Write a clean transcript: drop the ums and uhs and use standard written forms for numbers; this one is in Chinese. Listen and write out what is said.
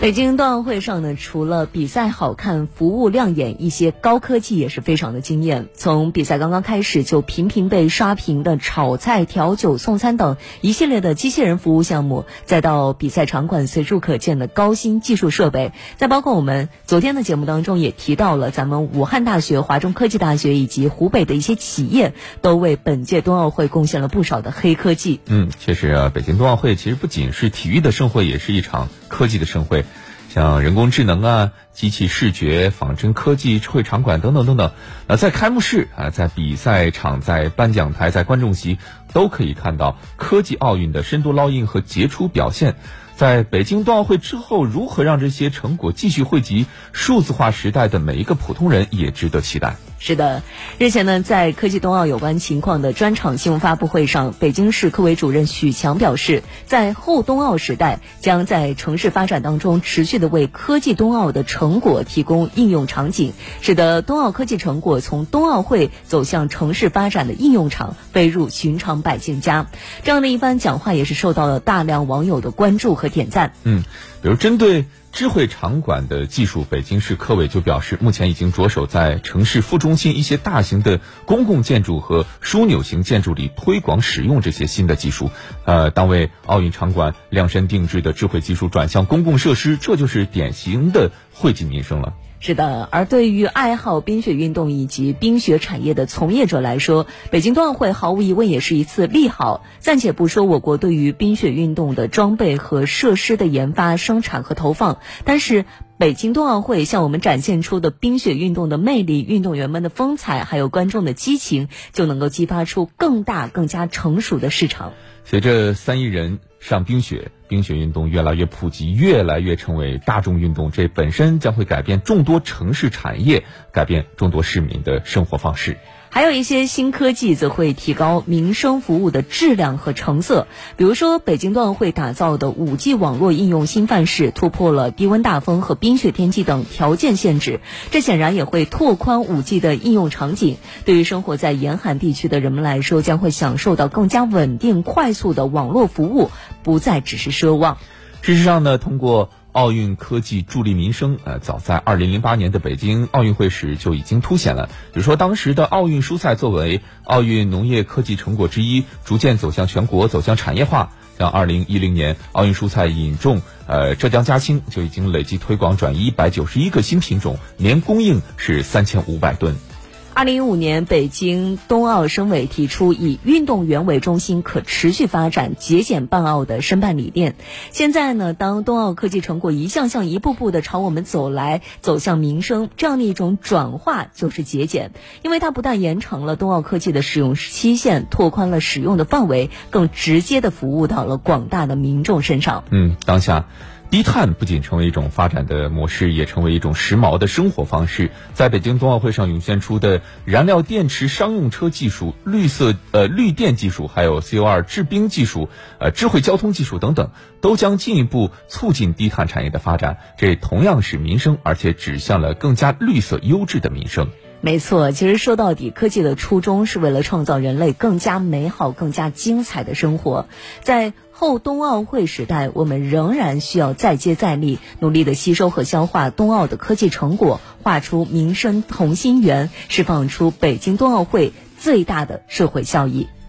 北京冬奥会上呢，除了比赛好看、服务亮眼，一些高科技也是非常的惊艳。从比赛刚刚开始就频频被刷屏的炒菜、调酒、送餐等一系列的机器人服务项目，再到比赛场馆随处可见的高新技术设备，再包括我们昨天的节目当中也提到了咱们武汉大学、华中科技大学以及湖北的一些企业，都为本届冬奥会贡献了不少的黑科技。 确实啊，北京冬奥会其实不仅是体育的盛会，也是一场科技的盛会。像人工智能啊、机器视觉、仿真科技、智慧场馆等等等等，在开幕式啊、在比赛场、在颁奖台、在观众席，都可以看到科技奥运的深度烙印和杰出表现。在北京冬奥会之后，如何让这些成果继续惠及数字化时代的每一个普通人，也值得期待。 是的，日前呢，在科技冬奥有关情况的专场新闻发布会上，北京市科委主任许强表示，在后冬奥时代，将在城市发展当中持续的为科技冬奥的成果提供应用场景，使得冬奥科技成果从冬奥会走向城市发展的应用场，飞入寻常百姓家。这样的一番讲话也是受到了大量网友的关注和点赞。 比如针对智慧场馆的技术，北京市科委就表示，目前已经着手在城市副中心一些大型的公共建筑和枢纽型建筑里推广使用这些新的技术。当为奥运场馆量身定制的智慧技术转向公共设施，这就是典型的惠及民生了。 是的，而对于爱好冰雪运动以及冰雪产业的从业者来说，北京冬奥会毫无疑问也是一次利好。暂且不说我国对于冰雪运动的装备和设施的研发、生产和投放，但是北京冬奥会向我们展现出的冰雪运动的魅力、运动员们的风采，还有观众的激情，就能够激发出更大、更加成熟的市场。 随着3亿人上冰雪，冰雪运动越来越普及，越来越成为大众运动，这本身将会改变众多城市产业，改变众多市民的生活方式。 还有一些新科技则会提高民生服务的质量和成色，比如说北京冬奥会打造的 5G 网络应用新范式，突破了低温大风和冰雪天气等条件限制，这显然也会拓宽 5G 的应用场景。对于生活在严寒地区的人们来说，将会享受到更加稳定快速的网络服务，不再只是奢望。 事实上呢，通过奥运科技助力民生，早在2008年的北京奥运会时就已经凸显了。比如说，当时的奥运蔬菜作为奥运农业科技成果之一，逐渐走向全国，走向产业化。像2010年奥运蔬菜引种，浙江嘉兴就已经累计推广转移191个新品种，年供应是3500吨。 2015年，北京冬奥申委提出以运动员为中心可持续发展节俭办奥的申办理念。现在呢，当冬奥科技成果一项项一步步的朝我们走来，走向民生，这样的一种转化就是节俭，因为它不但延长了冬奥科技的使用期限，拓宽了使用的范围，更直接的服务到了广大的民众身上。 当下低碳不仅成为一种发展的模式，也成为一种时髦的生活方式。在北京冬奥会上涌现出的燃料电池商用车技术、绿电技术，还有 CO2 制冰技术、智慧交通技术等等，都将进一步促进低碳产业的发展。这同样是民生，而且指向了更加绿色优质的民生。 没错，其实说到底，科技的初衷是为了创造人类更加美好、更加精彩的生活。在后冬奥会时代，我们仍然需要再接再厉，努力的吸收和消化冬奥的科技成果，画出民生同心圆，释放出北京冬奥会最大的社会效益。